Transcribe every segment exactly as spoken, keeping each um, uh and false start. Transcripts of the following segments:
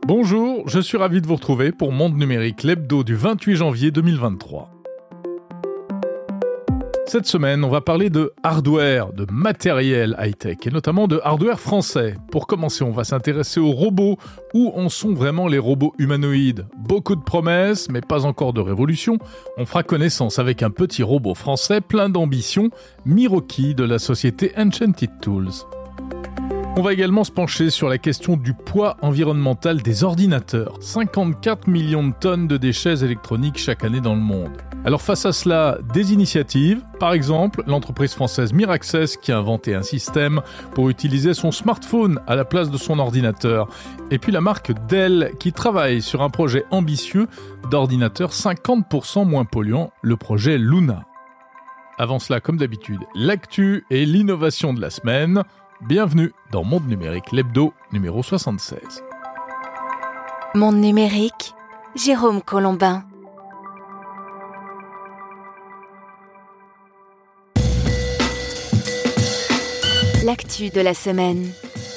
Bonjour, je suis ravi de vous retrouver pour Monde Numérique, l'hebdo du vingt-huit janvier deux mille vingt-trois. Cette semaine, on va parler de hardware, de matériel high-tech et notamment de hardware français. Pour commencer, on va s'intéresser aux robots. Où en sont vraiment les robots humanoïdes ? Beaucoup de promesses, mais pas encore de révolution. On fera connaissance avec un petit robot français plein d'ambition, Miroki de la société Enchanted Tools. On va également se pencher sur la question du poids environnemental des ordinateurs. cinquante-quatre millions de tonnes de déchets électroniques chaque année dans le monde. Alors face à cela, des initiatives. Par exemple, l'entreprise française Miraccess qui a inventé un système pour utiliser son smartphone à la place de son ordinateur. Et puis la marque Dell qui travaille sur un projet ambitieux d'ordinateur cinquante pour cent moins polluant, le projet Luna. Avant cela, comme d'habitude, l'actu et l'innovation de la semaine. Bienvenue dans Monde Numérique, l'hebdo numéro soixante-seize. Monde Numérique, Jérôme Colombin. L'actu de la semaine.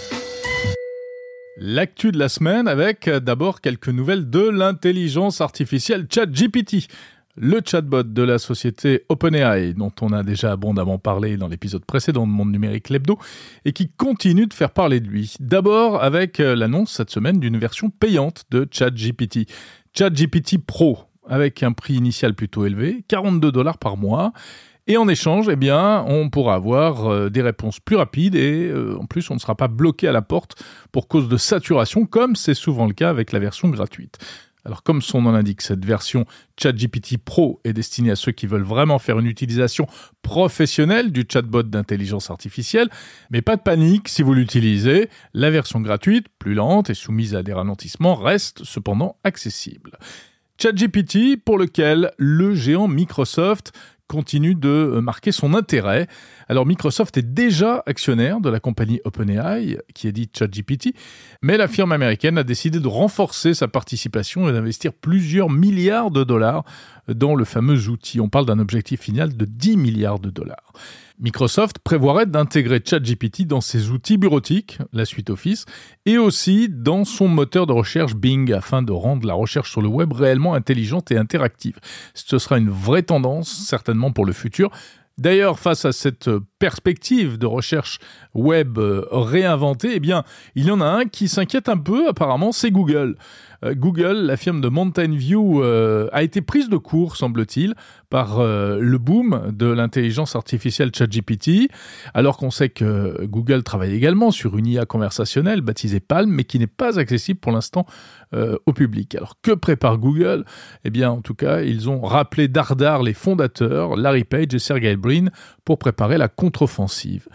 L'actu de la semaine avec d'abord quelques nouvelles de l'intelligence artificielle ChatGPT. Le chatbot de la société OpenAI, dont on a déjà abondamment parlé dans l'épisode précédent de Monde Numérique l'hebdo, et qui continue de faire parler de lui. D'abord avec l'annonce cette semaine d'une version payante de ChatGPT. ChatGPT Pro, avec un prix initial plutôt élevé, quarante-deux dollars par mois. Et en échange, eh bien, on pourra avoir euh, des réponses plus rapides et euh, en plus, on ne sera pas bloqué à la porte pour cause de saturation, comme c'est souvent le cas avec la version gratuite. Alors comme son nom l'indique, cette version ChatGPT Pro est destinée à ceux qui veulent vraiment faire une utilisation professionnelle du chatbot d'intelligence artificielle, mais pas de panique si vous l'utilisez, la version gratuite, plus lente et soumise à des ralentissements, reste cependant accessible. ChatGPT pour lequel le géant Microsoft continue de marquer son intérêt. Alors Microsoft est déjà actionnaire de la compagnie OpenAI, qui édite ChatGPT, mais la firme américaine a décidé de renforcer sa participation et d'investir plusieurs milliards de dollars dans le fameux outil. On parle d'un objectif final de dix milliards de dollars. Microsoft prévoirait d'intégrer ChatGPT dans ses outils bureautiques, la suite Office, et aussi dans son moteur de recherche Bing, afin de rendre la recherche sur le web réellement intelligente et interactive. Ce sera une vraie tendance, certainement pour le futur. D'ailleurs, face à cette perspective de recherche web réinventée, eh bien, il y en a un qui s'inquiète un peu, apparemment, c'est Google. Euh, Google, la firme de Mountain View, euh, a été prise de court, semble-t-il, par euh, le boom de l'intelligence artificielle ChatGPT, alors qu'on sait que Google travaille également sur une I A conversationnelle baptisée Palm, mais qui n'est pas accessible pour l'instant euh, au public. Alors, que prépare Google ? Eh bien, en tout cas, ils ont rappelé dardard les fondateurs, Larry Page et Sergey Brin, pour préparer la contre-offensive.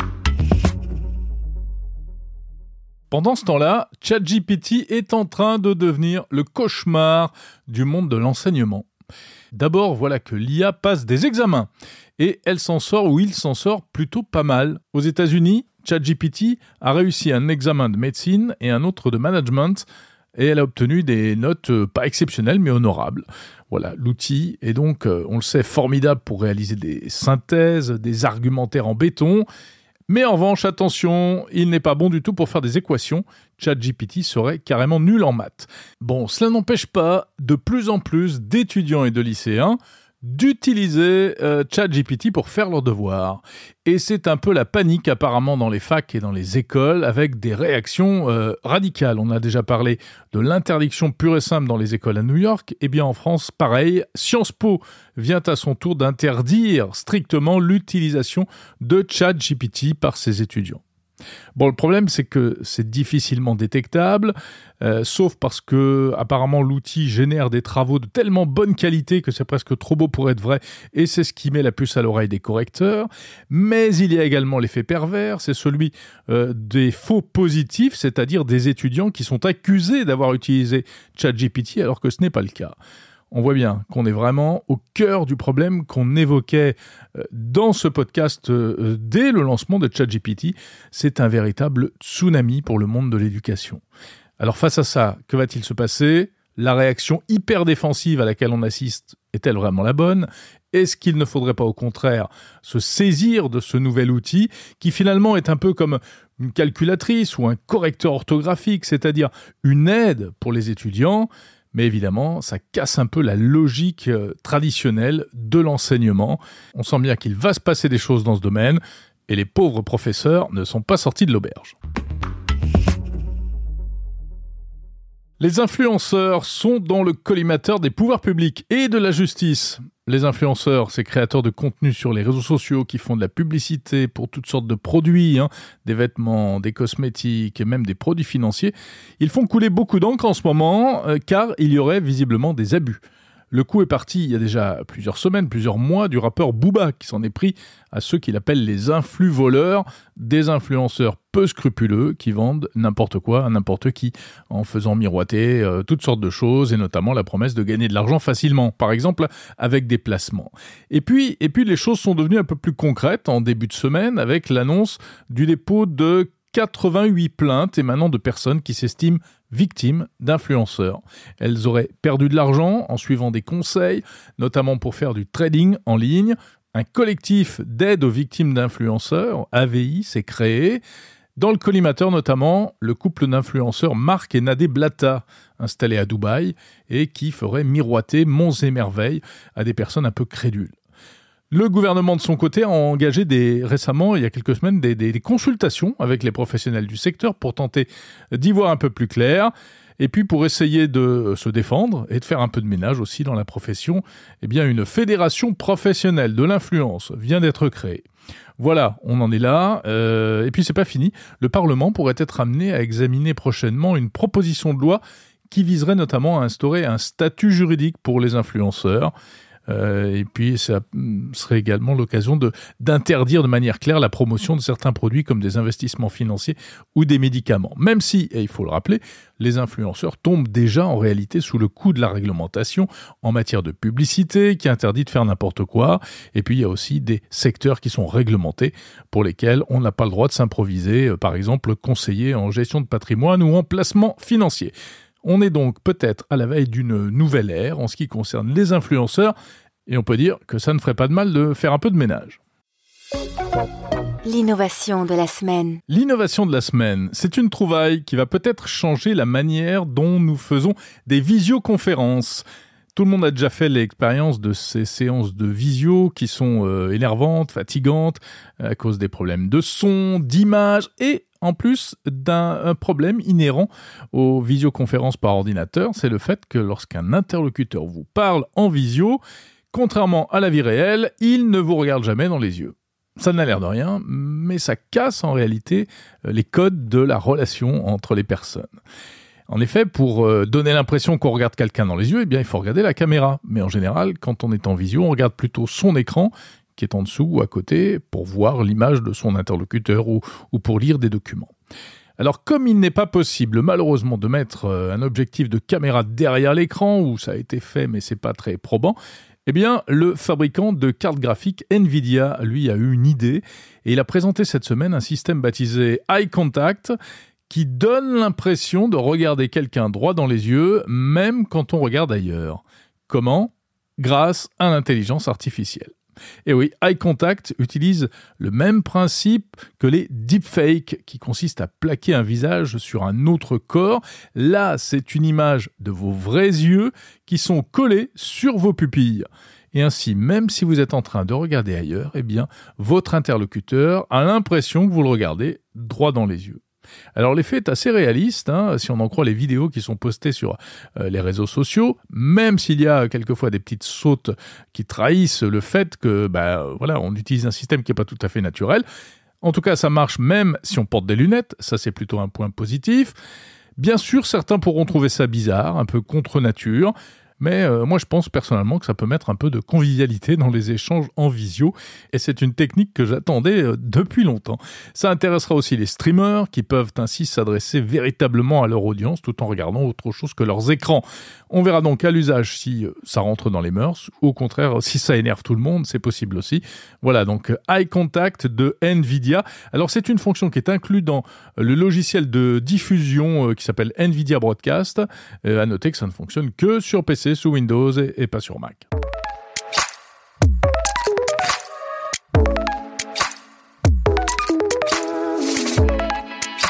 Pendant ce temps-là, ChatGPT est en train de devenir le cauchemar du monde de l'enseignement. D'abord, voilà que l'I A passe des examens et elle s'en sort ou il s'en sort plutôt pas mal. Aux États-Unis, ChatGPT a réussi un examen de médecine et un autre de management et elle a obtenu des notes euh, pas exceptionnelles mais honorables. Voilà, l'outil est donc, euh, on le sait, formidable pour réaliser des synthèses, des argumentaires en béton. Mais en revanche, attention, il n'est pas bon du tout pour faire des équations. ChatGPT serait carrément nul en maths. Bon, cela n'empêche pas de plus en plus d'étudiants et de lycéens d'utiliser euh, ChatGPT pour faire leurs devoirs. Et c'est un peu la panique apparemment dans les facs et dans les écoles avec des réactions euh, radicales. On a déjà parlé de l'interdiction pure et simple dans les écoles à New York. Eh bien en France, pareil, Sciences Po vient à son tour d'interdire strictement l'utilisation de ChatGPT par ses étudiants. Bon, le problème, c'est que c'est difficilement détectable, euh, sauf parce que apparemment l'outil génère des travaux de tellement bonne qualité que c'est presque trop beau pour être vrai, et c'est ce qui met la puce à l'oreille des correcteurs. Mais il y a également l'effet pervers, c'est celui euh, des faux positifs, c'est-à-dire des étudiants qui sont accusés d'avoir utilisé ChatGPT alors que ce n'est pas le cas. On voit bien qu'on est vraiment au cœur du problème qu'on évoquait dans ce podcast dès le lancement de ChatGPT. C'est un véritable tsunami pour le monde de l'éducation. Alors face à ça, que va-t-il se passer ? La réaction hyper défensive à laquelle on assiste est-elle vraiment la bonne ? Est-ce qu'il ne faudrait pas au contraire se saisir de ce nouvel outil qui finalement est un peu comme une calculatrice ou un correcteur orthographique, c'est-à-dire une aide pour les étudiants, mais évidemment ça casse un peu la logique traditionnelle de l'enseignement. On sent bien qu'il va se passer des choses dans ce domaine et les pauvres professeurs ne sont pas sortis de l'auberge. Les influenceurs sont dans le collimateur des pouvoirs publics et de la justice. Les influenceurs, ces créateurs de contenu sur les réseaux sociaux qui font de la publicité pour toutes sortes de produits, hein, des vêtements, des cosmétiques et même des produits financiers, ils font couler beaucoup d'encre en ce moment euh, car il y aurait visiblement des abus. Le coup est parti il y a déjà plusieurs semaines, plusieurs mois, du rappeur Booba qui s'en est pris à ceux qu'il appelle les influx voleurs, des influenceurs peu scrupuleux qui vendent n'importe quoi à n'importe qui en faisant miroiter euh, toutes sortes de choses et notamment la promesse de gagner de l'argent facilement, par exemple avec des placements. Et puis, et puis les choses sont devenues un peu plus concrètes en début de semaine avec l'annonce du dépôt de quatre-vingt-huit plaintes émanant de personnes qui s'estiment victimes d'influenceurs. Elles auraient perdu de l'argent en suivant des conseils, notamment pour faire du trading en ligne. Un collectif d'aide aux victimes d'influenceurs, A V I, s'est créé. Dans le collimateur notamment, le couple d'influenceurs Marc et Nadé Blata, installés à Dubaï, et qui ferait miroiter monts et merveilles à des personnes un peu crédules. Le gouvernement, de son côté, a engagé des, récemment, il y a quelques semaines, des, des, des consultations avec les professionnels du secteur pour tenter d'y voir un peu plus clair. Et puis, pour essayer de se défendre et de faire un peu de ménage aussi dans la profession, eh bien, une fédération professionnelle de l'influence vient d'être créée. Voilà, on en est là. Euh, et puis, c'est pas fini. Le Parlement pourrait être amené à examiner prochainement une proposition de loi qui viserait notamment à instaurer un statut juridique pour les influenceurs. Euh, et puis, ça serait également l'occasion de, d'interdire de manière claire la promotion de certains produits comme des investissements financiers ou des médicaments. Même si, et il faut le rappeler, les influenceurs tombent déjà en réalité sous le coup de la réglementation en matière de publicité qui interdit de faire n'importe quoi. Et puis, il y a aussi des secteurs qui sont réglementés pour lesquels on n'a pas le droit de s'improviser, par exemple conseiller en gestion de patrimoine ou en placement financier. On est donc peut-être à la veille d'une nouvelle ère en ce qui concerne les influenceurs et on peut dire que ça ne ferait pas de mal de faire un peu de ménage. L'innovation de la semaine. L'innovation de la semaine, c'est une trouvaille qui va peut-être changer la manière dont nous faisons des visioconférences. Tout le monde a déjà fait l'expérience de ces séances de visio qui sont euh, énervantes, fatigantes, à cause des problèmes de son, d'image et en plus d'un problème inhérent aux visioconférences par ordinateur, c'est le fait que lorsqu'un interlocuteur vous parle en visio, contrairement à la vie réelle, il ne vous regarde jamais dans les yeux. Ça n'a l'air de rien, mais ça casse en réalité les codes de la relation entre les personnes. En effet, pour donner l'impression qu'on regarde quelqu'un dans les yeux, eh bien, il faut regarder la caméra. Mais en général, quand on est en visio, on regarde plutôt son écran, qui est en dessous ou à côté, pour voir l'image de son interlocuteur ou, ou pour lire des documents. Alors, comme il n'est pas possible, malheureusement, de mettre un objectif de caméra derrière l'écran, où ça a été fait, mais c'est pas très probant, eh bien, le fabricant de cartes graphiques Nvidia, lui, a eu une idée, et il a présenté cette semaine un système baptisé Eye Contact, qui donne l'impression de regarder quelqu'un droit dans les yeux, même quand on regarde ailleurs. Comment ? Grâce à l'intelligence artificielle. Et oui, Eye Contact utilise le même principe que les deepfakes, qui consistent à plaquer un visage sur un autre corps. Là, c'est une image de vos vrais yeux qui sont collés sur vos pupilles. Et ainsi, même si vous êtes en train de regarder ailleurs, eh bien, votre interlocuteur a l'impression que vous le regardez droit dans les yeux. Alors l'effet est assez réaliste, hein, si on en croit les vidéos qui sont postées sur euh, les réseaux sociaux, même s'il y a quelquefois des petites sautes qui trahissent le fait que, bah, voilà, on utilise un système qui n'est pas tout à fait naturel. En tout cas, ça marche même si on porte des lunettes, ça c'est plutôt un point positif. Bien sûr, certains pourront trouver ça bizarre, un peu contre nature, mais euh, moi je pense personnellement que ça peut mettre un peu de convivialité dans les échanges en visio, et c'est une technique que j'attendais euh, depuis longtemps. Ça intéressera aussi les streamers, qui peuvent ainsi s'adresser véritablement à leur audience, tout en regardant autre chose que leurs écrans. On verra donc à l'usage si euh, ça rentre dans les mœurs, ou au contraire, si ça énerve tout le monde, c'est possible aussi. Voilà, donc Eye Contact de Nvidia. Alors c'est une fonction qui est inclue dans le logiciel de diffusion euh, qui s'appelle Nvidia Broadcast. Euh, à noter que ça ne fonctionne que sur P C, sous Windows et, et pas sur Mac.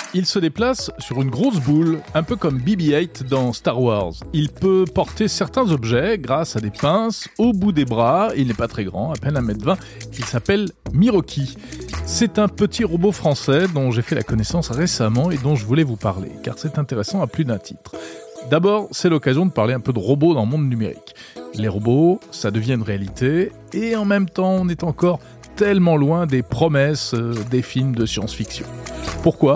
Il se déplace sur une grosse boule, un peu comme B B huit dans Star Wars. Il peut porter certains objets grâce à des pinces au bout des bras. Il n'est pas très grand, à peine un mètre vingt. Il s'appelle Miroki. C'est un petit robot français dont j'ai fait la connaissance récemment et dont je voulais vous parler, car c'est intéressant à plus d'un titre. D'abord, c'est l'occasion de parler un peu de robots dans le monde numérique. Les robots, ça devient une réalité, et en même temps, on est encore tellement loin des promesses euh, des films de science-fiction. Pourquoi ?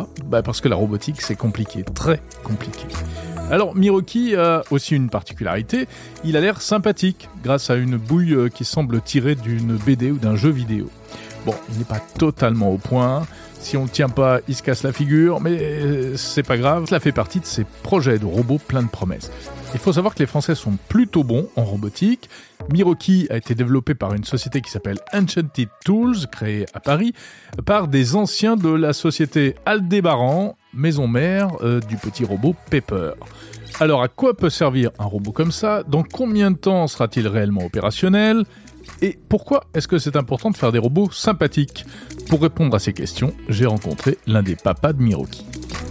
Bah parce que la robotique, c'est compliqué, très compliqué. Alors, Miroki a aussi une particularité, il a l'air sympathique, grâce à une bouille qui semble tirée d'une B D ou d'un jeu vidéo. Bon, il n'est pas totalement au point, si on ne le tient pas, il se casse la figure, mais c'est pas grave, cela fait partie de ces projets de robots pleins de promesses. Il faut savoir que les Français sont plutôt bons en robotique. Miroki a été développé par une société qui s'appelle Enchanted Tools, créée à Paris, par des anciens de la société Aldébaran, maison mère euh, du petit robot Pepper. Alors à quoi peut servir un robot comme ça ? Dans combien de temps sera-t-il réellement opérationnel ? Et pourquoi est-ce que c'est important de faire des robots sympathiques ? Pour répondre à ces questions, j'ai rencontré l'un des papas de Miroki.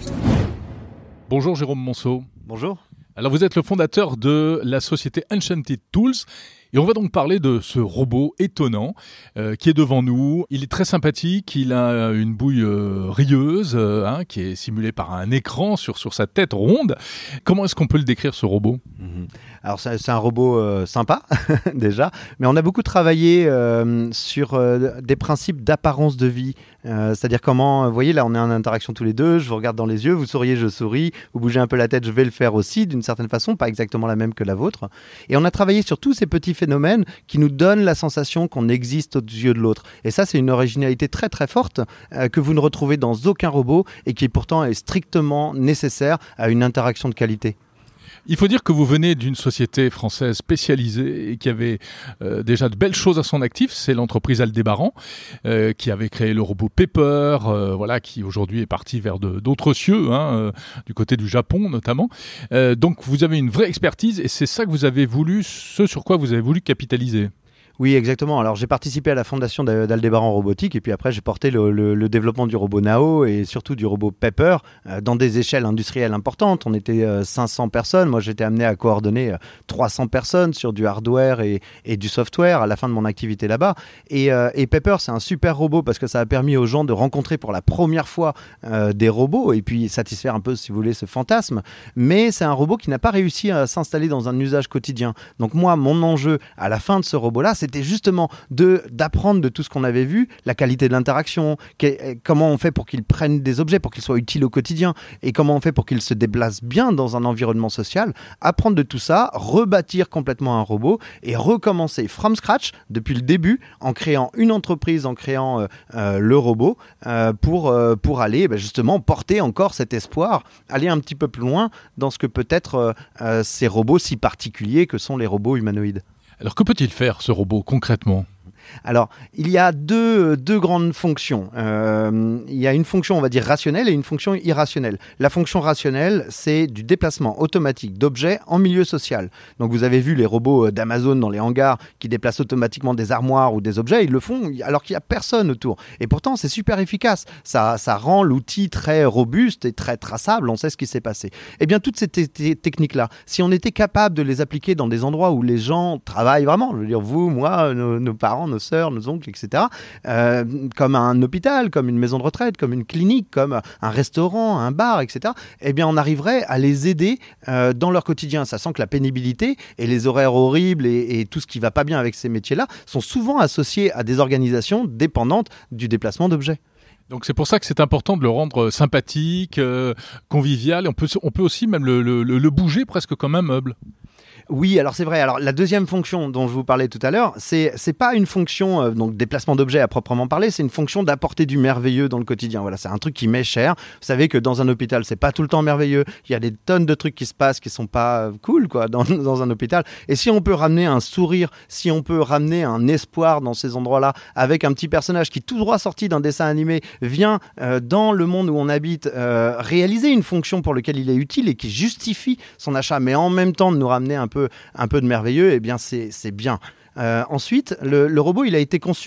Bonjour Jérôme Monceau. Bonjour. Alors vous êtes le fondateur de la société Enchanted Tools et on va donc parler de ce robot étonnant euh, qui est devant nous. Il est très sympathique, il a une bouille euh, rieuse euh, hein, qui est simulée par un écran sur, sur sa tête ronde. Comment est-ce qu'on peut le décrire ce robot ? Mmh. Alors c'est, c'est un robot euh, sympa déjà, mais on a beaucoup travaillé euh, sur euh, des principes d'apparence de vie. Euh, c'est-à-dire comment, vous voyez là on est en interaction tous les deux, je vous regarde dans les yeux, vous souriez, je souris, vous bougez un peu la tête, je vais le faire aussi d'une certaine façon, pas exactement la même que la vôtre. Et on a travaillé sur tous ces petits phénomènes qui nous donnent la sensation qu'on existe aux yeux de l'autre. Et ça c'est une originalité très très forte euh, que vous ne retrouvez dans aucun robot et qui pourtant est strictement nécessaire à une interaction de qualité. Il faut dire que vous venez d'une société française spécialisée et qui avait euh, déjà de belles choses à son actif. C'est l'entreprise Aldébaran euh, qui avait créé le robot Pepper, euh, voilà, qui aujourd'hui est parti vers de, d'autres cieux, hein, euh, du côté du Japon notamment. Euh, donc vous avez une vraie expertise et c'est ça que vous avez voulu, ce sur quoi vous avez voulu capitaliser. Oui, exactement. Alors, j'ai participé à la fondation d'Aldébaran Robotique et puis après, j'ai porté le, le, le développement du robot Nao et surtout du robot Pepper euh, dans des échelles industrielles importantes. On était euh, cinq cents personnes. Moi, j'étais amené à coordonner euh, trois cents personnes sur du hardware et, et du software à la fin de mon activité là-bas. Et, euh, et Pepper, c'est un super robot parce que ça a permis aux gens de rencontrer pour la première fois euh, des robots et puis satisfaire un peu, si vous voulez, ce fantasme. Mais c'est un robot qui n'a pas réussi à s'installer dans un usage quotidien. Donc moi, mon enjeu à la fin de ce robot-là, c'était justement de, d'apprendre de tout ce qu'on avait vu, la qualité de l'interaction, que, comment on fait pour qu'ils prennent des objets, pour qu'ils soient utiles au quotidien, et comment on fait pour qu'ils se déplacent bien dans un environnement social, apprendre de tout ça, rebâtir complètement un robot et recommencer from scratch depuis le début en créant une entreprise, en créant euh, euh, le robot euh, pour, euh, pour aller ben justement porter encore cet espoir, aller un petit peu plus loin dans ce que peut être euh, euh, ces robots si particuliers que sont les robots humanoïdes. Alors que peut-il faire ce robot concrètement ? Alors, il y a deux, deux grandes fonctions. Euh, il y a une fonction, on va dire, rationnelle et une fonction irrationnelle. La fonction rationnelle, c'est du déplacement automatique d'objets en milieu social. Donc, vous avez vu les robots d'Amazon dans les hangars qui déplacent automatiquement des armoires ou des objets. Ils le font alors qu'il n'y a personne autour. Et pourtant, c'est super efficace. Ça, ça rend l'outil très robuste et très traçable. On sait ce qui s'est passé. Eh bien, toutes ces t- t- techniques-là, si on était capable de les appliquer dans des endroits où les gens travaillent vraiment, je veux dire, vous, moi, nos, nos parents, nos sœurs, nos oncles, et cetera, euh, comme un hôpital, comme une maison de retraite, comme une clinique, comme un restaurant, un bar, et cetera, eh bien, on arriverait à les aider euh, dans leur quotidien, sachant que la pénibilité et les horaires horribles et, et tout ce qui ne va pas bien avec ces métiers-là sont souvent associés à des organisations dépendantes du déplacement d'objets. Donc c'est pour ça que c'est important de le rendre sympathique, euh, convivial. On peut, on peut aussi même le, le, le bouger presque comme un meuble. Oui, alors c'est vrai. Alors la deuxième fonction dont je vous parlais tout à l'heure, c'est c'est pas une fonction euh, donc déplacement d'objets à proprement parler, c'est une fonction d'apporter du merveilleux dans le quotidien. Voilà, c'est un truc qui m'est cher. Vous savez que dans un hôpital, c'est pas tout le temps merveilleux. Il y a des tonnes de trucs qui se passent qui sont pas cool quoi dans dans un hôpital. Et si on peut ramener un sourire, si on peut ramener un espoir dans ces endroits-là avec un petit personnage qui tout droit sorti d'un dessin animé vient euh, dans le monde où on habite euh, réaliser une fonction pour laquelle il est utile et qui justifie son achat, mais en même temps de nous ramener un peu, un peu de merveilleux, eh bien c'est, c'est bien. Euh, ensuite, le, le robot, il a été conçu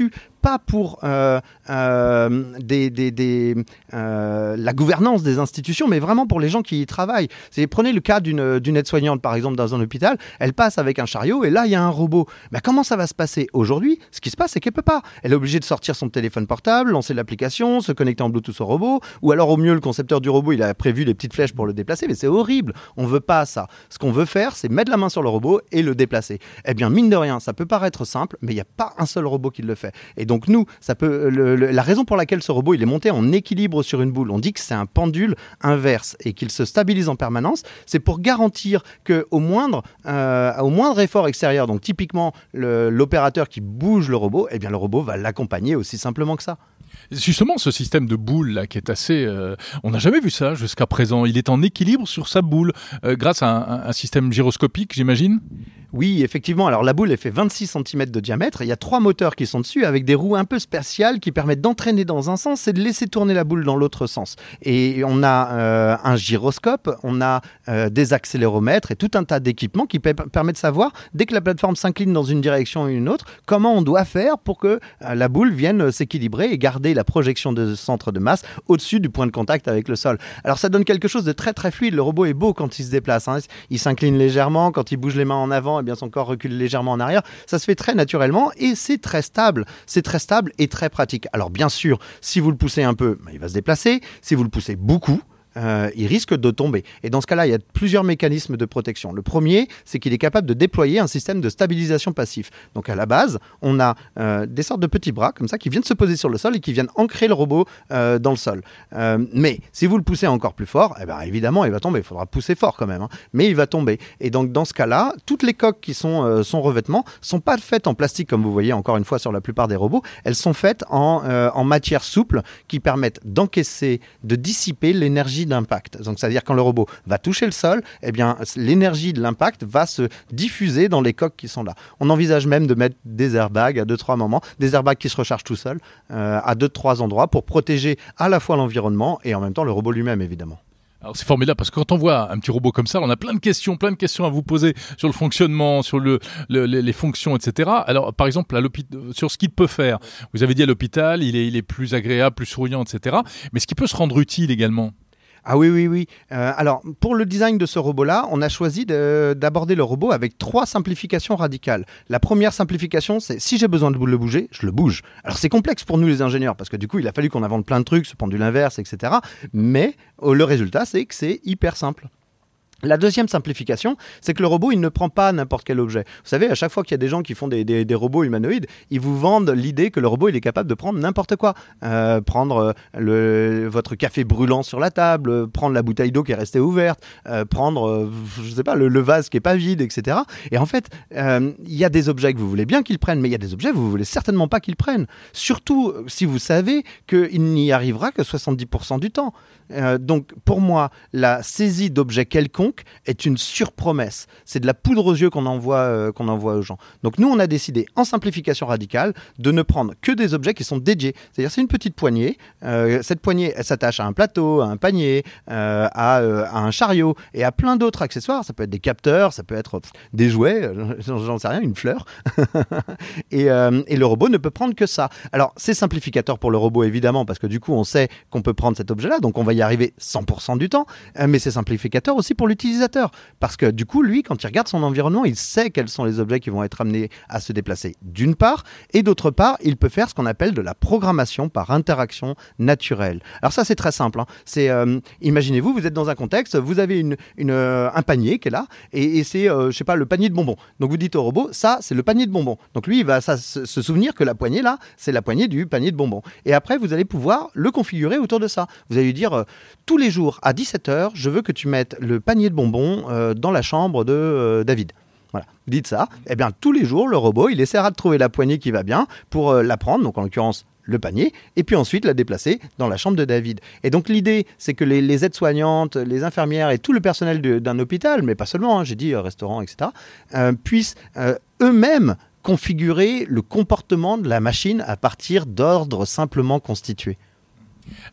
pas pour euh, euh, des, des, des, euh, la gouvernance des institutions, mais vraiment pour les gens qui y travaillent. C'est, prenez le cas d'une, d'une aide-soignante, par exemple, dans un hôpital, elle passe avec un chariot et là, il y a un robot. Ben, comment ça va se passer aujourd'hui? Ce qui se passe, c'est qu'elle peut pas. Elle est obligée de sortir son téléphone portable, lancer l'application, se connecter en Bluetooth au robot, ou alors au mieux, le concepteur du robot, il a prévu les petites flèches pour le déplacer, mais c'est horrible. On veut pas ça. Ce qu'on veut faire, c'est mettre la main sur le robot et le déplacer. Eh bien, mine de rien, ça peut paraître simple, mais il n'y a pas un seul robot qui le fait. Et donc, nous, ça peut, le, le, la raison pour laquelle ce robot, il est monté en équilibre sur une boule, on dit que c'est un pendule inverse et qu'il se stabilise en permanence, c'est pour garantir qu'au moindre, euh, au moindre effort extérieur, donc typiquement le, l'opérateur qui bouge le robot, eh bien, le robot va l'accompagner aussi simplement que ça. Justement, ce système de boule là, qui est assez, euh, on n'a jamais vu ça jusqu'à présent. Il est en équilibre sur sa boule euh, grâce à un, un système gyroscopique, j'imagine. Oui, effectivement. Alors la boule, elle fait vingt-six centimètres de diamètre. Il y a trois moteurs qui sont dessus avec des roues un peu spéciales qui permettent d'entraîner dans un sens et de laisser tourner la boule dans l'autre sens. Et on a euh, un gyroscope, on a euh, des accéléromètres et tout un tas d'équipements qui pe- permettent de savoir, dès que la plateforme s'incline dans une direction ou une autre, comment on doit faire pour que euh, la boule vienne s'équilibrer et garder la projection de centre de masse au-dessus du point de contact avec le sol. Alors ça donne quelque chose de très très fluide. Le robot est beau quand il se déplace, hein. Il s'incline légèrement, quand il bouge les mains en avant, eh bien son corps recule légèrement en arrière. Ça se fait très naturellement et c'est très stable. C'est très stable et très pratique. Alors bien sûr, si vous le poussez un peu, il va se déplacer. Si vous le poussez beaucoup, Euh, il risque de tomber. Et dans ce cas-là, il y a plusieurs mécanismes de protection. Le premier, c'est qu'il est capable de déployer un système de stabilisation passif. Donc à la base, on a euh, des sortes de petits bras comme ça qui viennent se poser sur le sol et qui viennent ancrer le robot euh, dans le sol. Euh, mais si vous le poussez encore plus fort, eh ben, évidemment, il va tomber. Il faudra pousser fort quand même, hein. Mais il va tomber. Et donc dans ce cas-là, toutes les coques qui sont euh, son revêtement sont pas faites en plastique comme vous voyez encore une fois sur la plupart des robots. Elles sont faites en, euh, en matière souple qui permettent d'encaisser, de dissiper l'énergie d'impact. Donc, c'est-à-dire quand le robot va toucher le sol, eh bien, l'énergie de l'impact va se diffuser dans les coques qui sont là. On envisage même de mettre des airbags à deux trois moments, des airbags qui se rechargent tout seuls euh, à deux trois endroits pour protéger à la fois l'environnement et en même temps le robot lui-même, évidemment. Alors c'est formidable parce que quand on voit un petit robot comme ça, on a plein de questions, plein de questions à vous poser sur le fonctionnement, sur le, le, les, les fonctions, et cetera. Alors par exemple, à sur ce qu'il peut faire. Vous avez dit à l'hôpital, il est, il est plus agréable, plus souriant, et cetera. Mais ce qui peut se rendre utile également. Ah oui, oui, oui. Euh, alors, pour le design de ce robot-là, on a choisi de, d'aborder le robot avec trois simplifications radicales. La première simplification, c'est si j'ai besoin de le bouger, je le bouge. Alors, c'est complexe pour nous les ingénieurs, parce que du coup, il a fallu qu'on invente plein de trucs, ce pendule inverse, et cetera. Mais euh, le résultat, c'est que c'est hyper simple. La deuxième simplification, c'est que le robot, il ne prend pas n'importe quel objet. Vous savez, à chaque fois qu'il y a des gens qui font des, des, des robots humanoïdes, ils vous vendent l'idée que le robot, il est capable de prendre n'importe quoi. Euh, prendre le, votre café brûlant sur la table, prendre la bouteille d'eau qui est restée ouverte, euh, prendre, euh, je sais pas, le, le vase qui est pas vide, et cetera. Et en fait, euh, il y a des objets que vous voulez bien qu'ils prennent, mais il y a des objets que vous voulez certainement pas qu'ils prennent. Surtout si vous savez qu'il n'y arrivera que soixante-dix pour cent du temps. Euh, donc, pour moi, la saisie d'objets quelconques est une surpromesse. C'est de la poudre aux yeux qu'on envoie, euh, qu'on envoie aux gens. Donc, nous, on a décidé, en simplification radicale, de ne prendre que des objets qui sont dédiés. C'est-à-dire, c'est une petite poignée. Euh, cette poignée, elle s'attache à un plateau, à un panier, euh, à, euh, à un chariot et à plein d'autres accessoires. Ça peut être des capteurs, ça peut être pff, des jouets, euh, j'en sais rien, une fleur. et, euh, et le robot ne peut prendre que ça. Alors, c'est simplificateur pour le robot, évidemment, parce que du coup, on sait qu'on peut prendre cet objet-là. Donc, on va y arriver cent pour cent du temps, mais c'est simplificateur aussi pour l'utilisateur, parce que du coup, lui, quand il regarde son environnement, il sait quels sont les objets qui vont être amenés à se déplacer d'une part, et d'autre part, il peut faire ce qu'on appelle de la programmation par interaction naturelle. Alors ça, c'est très simple, hein. C'est, euh, imaginez-vous, vous êtes dans un contexte, vous avez une, une, euh, un panier qui est là, et, et c'est, euh, je sais pas, le panier de bonbons. Donc vous dites au robot, ça, c'est le panier de bonbons. Donc lui, il va ça, se, se souvenir que la poignée là, c'est la poignée du panier de bonbons. Et après, vous allez pouvoir le configurer autour de ça. Vous allez lui dire, euh, tous les jours à dix-sept heures, je veux que tu mettes le panier de bonbons euh, dans la chambre de euh, David. Voilà, vous dites ça. Eh bien, tous les jours, le robot, il essaiera de trouver la poignée qui va bien pour euh, la prendre, donc en l'occurrence, le panier, et puis ensuite la déplacer dans la chambre de David. Et donc l'idée, c'est que les, les aides-soignantes, les infirmières et tout le personnel de, d'un hôpital, mais pas seulement, hein, j'ai dit euh, restaurant, et cetera, euh, puissent euh, eux-mêmes configurer le comportement de la machine à partir d'ordres simplement constitués. Alors,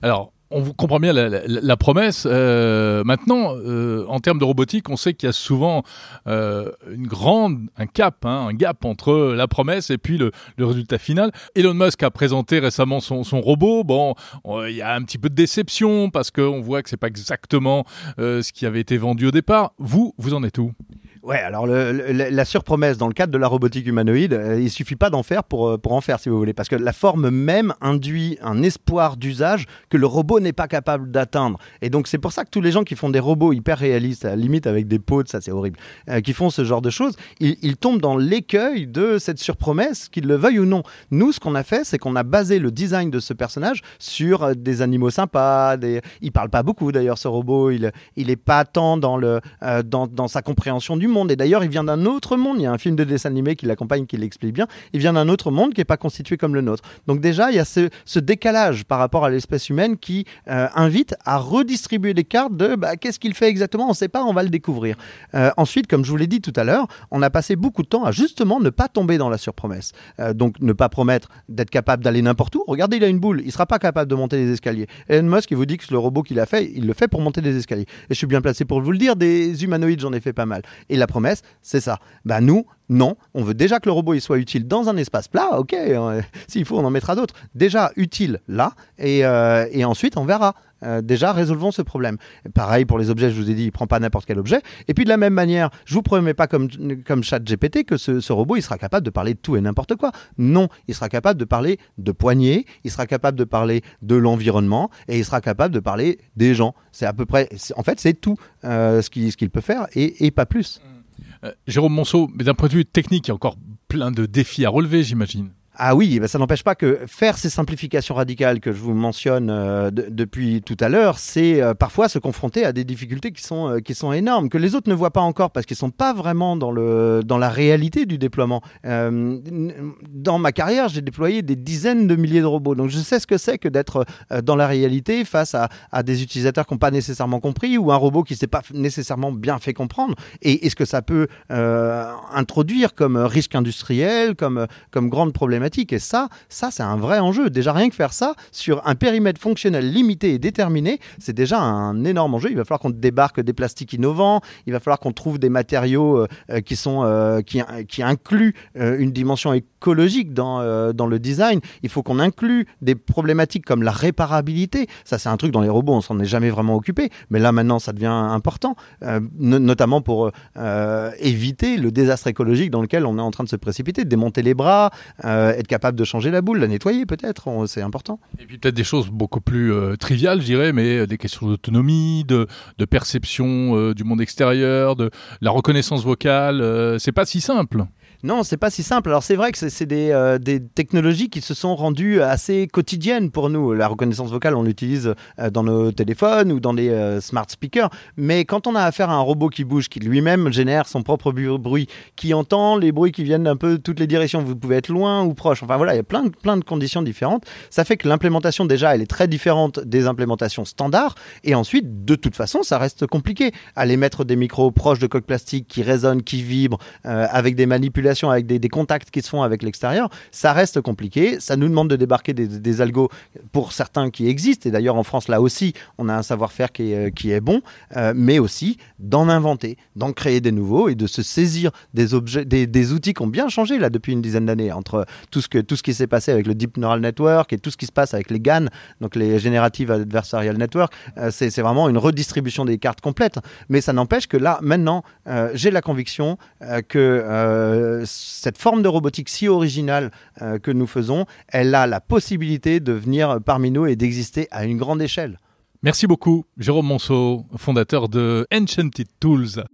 On vous comprend bien la, la, la promesse. Euh, maintenant, euh, en termes de robotique, on sait qu'il y a souvent euh, une grande, un cap, hein, un gap entre la promesse et puis le, le résultat final. Elon Musk a présenté récemment son, son robot. Bon, on, il y a un petit peu de déception parce qu'on voit que c'est pas exactement euh, ce qui avait été vendu au départ. Vous, vous en êtes où ? Ouais, alors le, le, la surpromesse dans le cadre de la robotique humanoïde, euh, il suffit pas d'en faire pour, pour en faire, si vous voulez, parce que la forme même induit un espoir d'usage que le robot n'est pas capable d'atteindre. Et donc c'est pour ça que tous les gens qui font des robots hyper réalistes, à la limite avec des pods, ça c'est horrible, euh, qui font ce genre de choses, ils, ils tombent dans l'écueil de cette surpromesse, qu'ils le veuillent ou non. Nous, ce qu'on a fait, c'est qu'on a basé le design de ce personnage sur des animaux sympas. Des... Il parle pas beaucoup d'ailleurs, ce robot. Il, il est pas tant dans, le, euh, dans, dans sa compréhension du monde. Et d'ailleurs, il vient d'un autre monde. Il y a un film de dessin animé qui l'accompagne, qui l'explique bien. Il vient d'un autre monde qui n'est pas constitué comme le nôtre. Donc déjà, il y a ce, ce décalage par rapport à l'espèce humaine qui euh, invite à redistribuer les cartes de bah, qu'est-ce qu'il fait exactement, on ne sait pas, on va le découvrir. Euh, ensuite, comme je vous l'ai dit tout à l'heure, on a passé beaucoup de temps à justement ne pas tomber dans la surpromesse. Euh, donc ne pas promettre d'être capable d'aller n'importe où. Regardez, il a une boule, il ne sera pas capable de monter les escaliers. Elon Musk, il vous dit que le robot qu'il a fait, il le fait pour monter des escaliers. Et je suis bien placé pour vous le dire, des humanoïdes, j'en ai fait pas mal. Et la promesse, c'est ça. Bah nous, non, on veut déjà que le robot il soit utile dans un espace plat, ok, euh, s'il faut on en mettra d'autres. Déjà utile là, et, euh, et ensuite on verra. Euh, déjà, résolvons ce problème. Pareil pour les objets, je vous ai dit, il ne prend pas n'importe quel objet. Et puis de la même manière, je ne vous promets pas comme, comme ChatGPT que ce, ce robot il sera capable de parler de tout et n'importe quoi. Non, il sera capable de parler de poignées, il sera capable de parler de l'environnement et il sera capable de parler des gens. C'est à peu près, en fait, c'est tout euh, ce qu'il, ce qu'il peut faire et, et pas plus. Euh, Jérôme Monceau, mais d'un point de vue technique, il y a encore plein de défis à relever, j'imagine. Ah oui, ben ça n'empêche pas que faire ces simplifications radicales que je vous mentionne euh, de, depuis tout à l'heure, c'est euh, parfois se confronter à des difficultés qui sont, euh, qui sont énormes, que les autres ne voient pas encore parce qu'ils ne sont pas vraiment dans, le, dans la réalité du déploiement. Euh, dans ma carrière, j'ai déployé des dizaines de milliers de robots, donc je sais ce que c'est que d'être euh, dans la réalité face à, à des utilisateurs qui n'ont pas nécessairement compris ou un robot qui ne s'est pas nécessairement bien fait comprendre et, et ce que ça peut euh, introduire comme risque industriel, comme, comme grande problématique. Et ça, ça, c'est un vrai enjeu. Déjà, rien que faire ça, sur un périmètre fonctionnel limité et déterminé, c'est déjà un énorme enjeu. Il va falloir qu'on débarque des plastiques innovants, il va falloir qu'on trouve des matériaux euh, qui, sont, euh, qui, qui incluent euh, une dimension écologique dans, euh, dans le design. Il faut qu'on inclue des problématiques comme la réparabilité. Ça, c'est un truc dans les robots, on s'en est jamais vraiment occupé. Mais là, maintenant, ça devient important, euh, no- notamment pour euh, éviter le désastre écologique dans lequel on est en train de se précipiter, de démonter les bras, euh, être capable de changer la boule, la nettoyer peut-être, on, c'est important. Et puis peut-être des choses beaucoup plus euh, triviales, je dirais, mais des questions d'autonomie, de, de perception euh, du monde extérieur, de la reconnaissance vocale, euh, c'est pas si simple. Non, c'est pas si simple. Alors c'est vrai que c'est, c'est des, euh, des technologies qui se sont rendues assez quotidiennes pour nous. La reconnaissance vocale, on l'utilise euh, dans nos téléphones ou dans les euh, smart speakers. Mais quand on a affaire à un robot qui bouge, qui lui-même génère son propre bu- bruit, qui entend les bruits qui viennent d'un peu de toutes les directions, vous pouvez être loin ou proche. Enfin voilà, il y a plein de, plein de conditions différentes. Ça fait que l'implémentation déjà, elle est très différente des implémentations standards. Et ensuite, de toute façon, ça reste compliqué. Aller mettre des micros proches de coques plastiques qui résonnent, qui vibrent, euh, avec des manipulations, avec des, des contacts qui se font avec l'extérieur, ça reste compliqué. Ça nous demande de débarquer des, des algos pour certains qui existent. Et d'ailleurs, en France, là aussi, on a un savoir-faire qui est, qui est bon, euh, mais aussi d'en inventer, d'en créer des nouveaux et de se saisir des objets, des, des outils qui ont bien changé là depuis une dizaine d'années, entre tout ce que tout ce qui s'est passé avec le Deep Neural Network et tout ce qui se passe avec les G A N, donc les Generative Adversarial Network. Euh, c'est, c'est vraiment une redistribution des cartes complète. Mais ça n'empêche que là, maintenant, euh, j'ai la conviction euh, que euh, cette forme de robotique si originale euh, que nous faisons, elle a la possibilité de venir parmi nous et d'exister à une grande échelle. Merci beaucoup, Jérôme Monceau, fondateur de Enchanted Tools.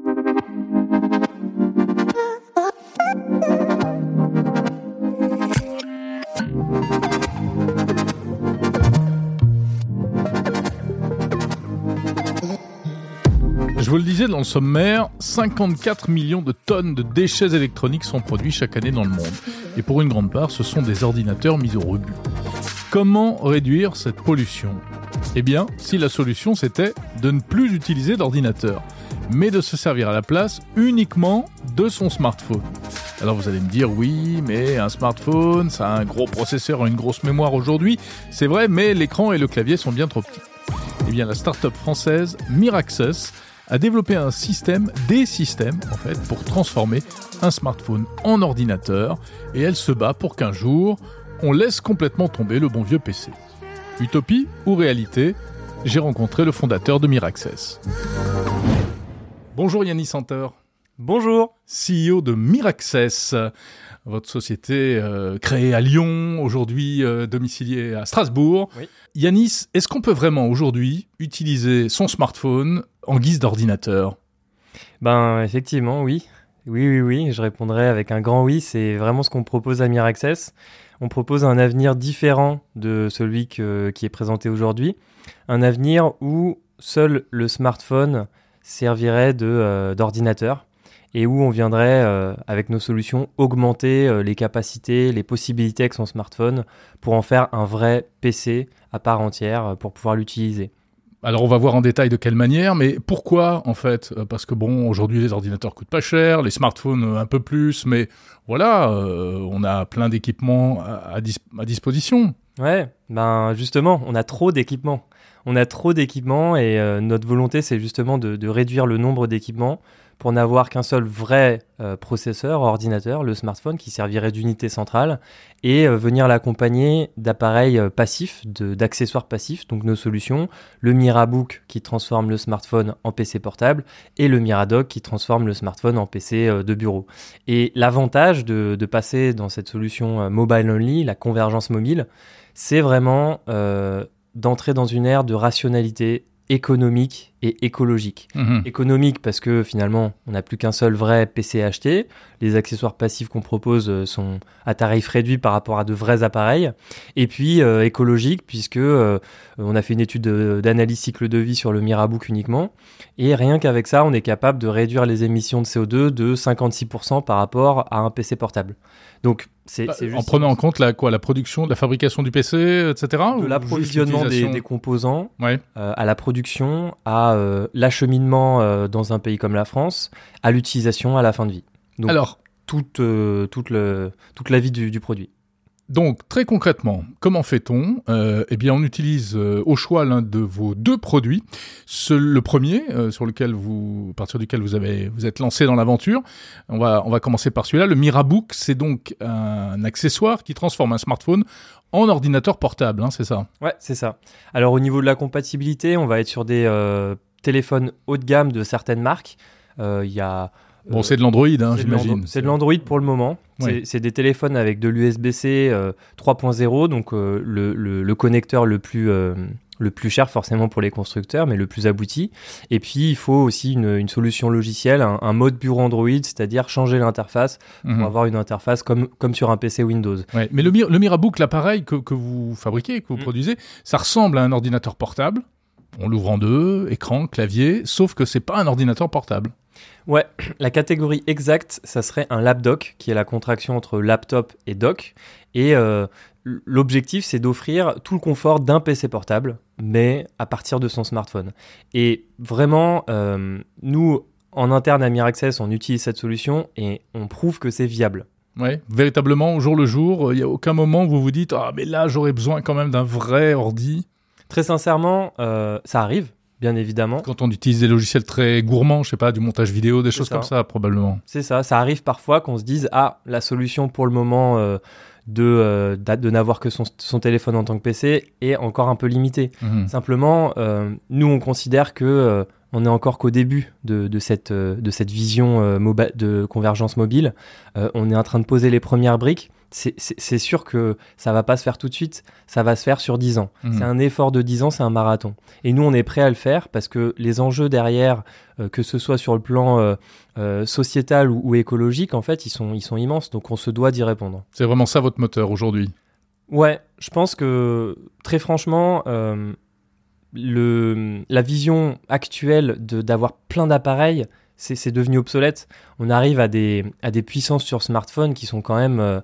Je vous le disais dans le sommaire, cinquante-quatre millions de tonnes de déchets électroniques sont produits chaque année dans le monde. Et pour une grande part, ce sont des ordinateurs mis au rebut. Comment réduire cette pollution ? Eh bien, si la solution c'était de ne plus utiliser d'ordinateur, mais de se servir à la place uniquement de son smartphone. Alors vous allez me dire, oui, mais un smartphone, ça a un gros processeur et une grosse mémoire aujourd'hui. C'est vrai, mais l'écran et le clavier sont bien trop petits. Eh bien, la start-up française Miraxus a développé un système, des systèmes en fait, pour transformer un smartphone en ordinateur. Et elle se bat pour qu'un jour, on laisse complètement tomber le bon vieux P C. Utopie ou réalité ? J'ai rencontré le fondateur de Miraxus. Bonjour Yannis Santer. Bonjour. C E O de Miraxus, votre société euh, créée à Lyon, aujourd'hui euh, domiciliée à Strasbourg. Oui. Yannis, est-ce qu'on peut vraiment aujourd'hui utiliser son smartphone en guise d'ordinateur ? Ben effectivement, oui. Oui, oui, oui, je répondrai avec un grand oui. C'est vraiment ce qu'on propose à Miraxus. On propose un avenir différent de celui que, qui est présenté aujourd'hui. Un avenir où seul le smartphone servirait de, euh, d'ordinateur et où on viendrait, euh, avec nos solutions, augmenter euh, les capacités, les possibilités avec son smartphone pour en faire un vrai P C à part entière euh, pour pouvoir l'utiliser. Alors on va voir en détail de quelle manière, mais pourquoi en fait ? Parce que bon, aujourd'hui les ordinateurs coûtent pas cher, les smartphones un peu plus, mais voilà, euh, on a plein d'équipements à, à, dis- à disposition. Ouais, ben justement, on a trop d'équipements. On a trop d'équipements et euh, notre volonté, c'est justement de, de réduire le nombre d'équipements pour n'avoir qu'un seul vrai euh, processeur, ordinateur, le smartphone, qui servirait d'unité centrale, et euh, venir l'accompagner d'appareils euh, passifs, de, d'accessoires passifs, donc nos solutions, le Mirabook qui transforme le smartphone en P C portable, et le Miradock qui transforme le smartphone en P C euh, de bureau. Et l'avantage de, de passer dans cette solution euh, mobile only, la convergence mobile, c'est vraiment euh, d'entrer dans une ère de rationalité économique et écologique. Mmh. Économique parce que finalement, on n'a plus qu'un seul vrai P C à acheter. Les accessoires passifs qu'on propose sont à tarif réduit par rapport à de vrais appareils. Et puis euh, écologique puisque euh, on a fait une étude de, d'analyse cycle de vie sur le Mirabook uniquement. Et rien qu'avec ça, on est capable de réduire les émissions de C O deux de cinquante-six pour cent par rapport à un P C portable. Donc, c'est, Bah, c'est juste en prenant en compte la, quoi, la production, la fabrication du P C, et cetera. de ou l'approvisionnement juste des, l'utilisation ? des composants Ouais. euh, à la production, à euh, l'acheminement euh, dans un pays comme la France, à l'utilisation à la fin de vie. Donc, Alors, toute, euh, toute, le, toute la vie du, du produit. donc très concrètement, comment fait-on ? euh, Eh bien, on utilise euh, au choix l'un de vos deux produits. Ce, le premier, euh, sur lequel vous, à partir duquel vous avez, vous êtes lancé dans l'aventure. On va, on va commencer par celui-là. Le Mirabook, c'est donc un accessoire qui transforme un smartphone en ordinateur portable, hein, c'est ça ? Ouais, c'est ça. Alors, au niveau de la compatibilité, on va être sur des euh, téléphones haut de gamme de certaines marques. Il euh, y a... Bon, c'est de l'Android, hein, c'est de j'imagine. l'Andro- C'est de l'Android pour le moment. Ouais. C'est, c'est des téléphones avec de l'U S B C euh, trois point zéro, donc euh, le, le, le connecteur le plus, euh, le plus cher forcément pour les constructeurs, mais le plus abouti. Et puis, il faut aussi une, une solution logicielle, un, un mode bureau Android, c'est-à-dire changer l'interface pour Mhm. avoir une interface comme, comme sur un P C Windows. Ouais. Mais le, Mir- le Mirabook, l'appareil que, que vous fabriquez, que vous Mm. produisez, ça ressemble à un ordinateur portable. On l'ouvre en deux, écran, clavier, sauf que c'est pas un ordinateur portable. Ouais, la catégorie exacte, ça serait un lapdock, qui est la contraction entre laptop et dock. Et euh, l'objectif, c'est d'offrir tout le confort d'un P C portable, mais à partir de son smartphone. Et vraiment, euh, nous, en interne à Miraxus, on utilise cette solution et on prouve que c'est viable. Ouais, véritablement, au jour le jour, il n'y a aucun moment où vous vous dites « Ah, mais là, j'aurais besoin quand même d'un vrai ordi ». Très sincèrement, euh, ça arrive, bien évidemment. Quand on utilise des logiciels très gourmands, je sais pas, du montage vidéo, des C'est choses ça. comme ça, probablement. C'est ça, ça arrive parfois qu'on se dise « Ah, la solution pour le moment euh, de, euh, d'a- de n'avoir que son, son téléphone en tant que P C est encore un peu limitée. Mhm. » Simplement, euh, nous, on considère que euh, on est encore qu'au début de, de, cette, euh, de cette vision euh, moba- de convergence mobile. Euh, on est en train de poser les premières briques. C'est, c'est, c'est sûr que ça va pas se faire tout de suite, ça va se faire sur dix ans. Mhm. C'est un effort de dix ans, c'est un marathon. Et nous, on est prêt à le faire parce que les enjeux derrière, euh, que ce soit sur le plan euh, euh, sociétal ou, ou écologique, en fait, ils sont, ils sont immenses. Donc, on se doit d'y répondre. C'est vraiment ça votre moteur aujourd'hui. Ouais, je pense que, très franchement, euh, le, la vision actuelle de, d'avoir plein d'appareils, c'est, c'est devenu obsolète. On arrive à des, à des puissances sur smartphone qui sont quand même... Euh,